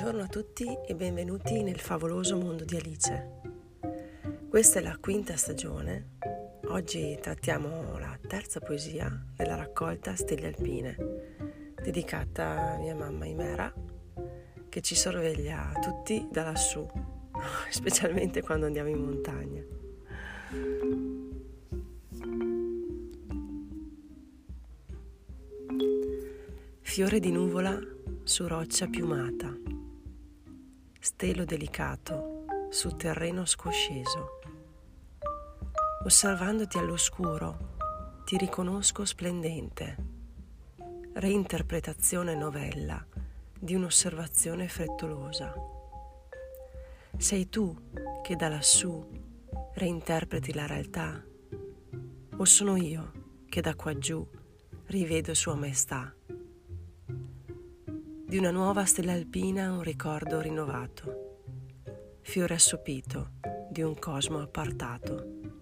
Buongiorno a tutti e benvenuti nel favoloso mondo di Alice. Questa è la quinta stagione. Oggi trattiamo la terza poesia della raccolta Stelle Alpine, dedicata a mia mamma Imera, che ci sorveglia tutti da lassù, specialmente quando andiamo in montagna. Fiore di nuvola su roccia piumata, stelo delicato su terreno scosceso. Osservandoti all'oscuro ti riconosco splendente, reinterpretazione novella di un'osservazione frettolosa. Sei tu che da lassù reinterpreti la realtà, o sono io che da quaggiù rivedo sua maestà? Di una nuova stella alpina un ricordo rinnovato, fiore assopito di un cosmo appartato.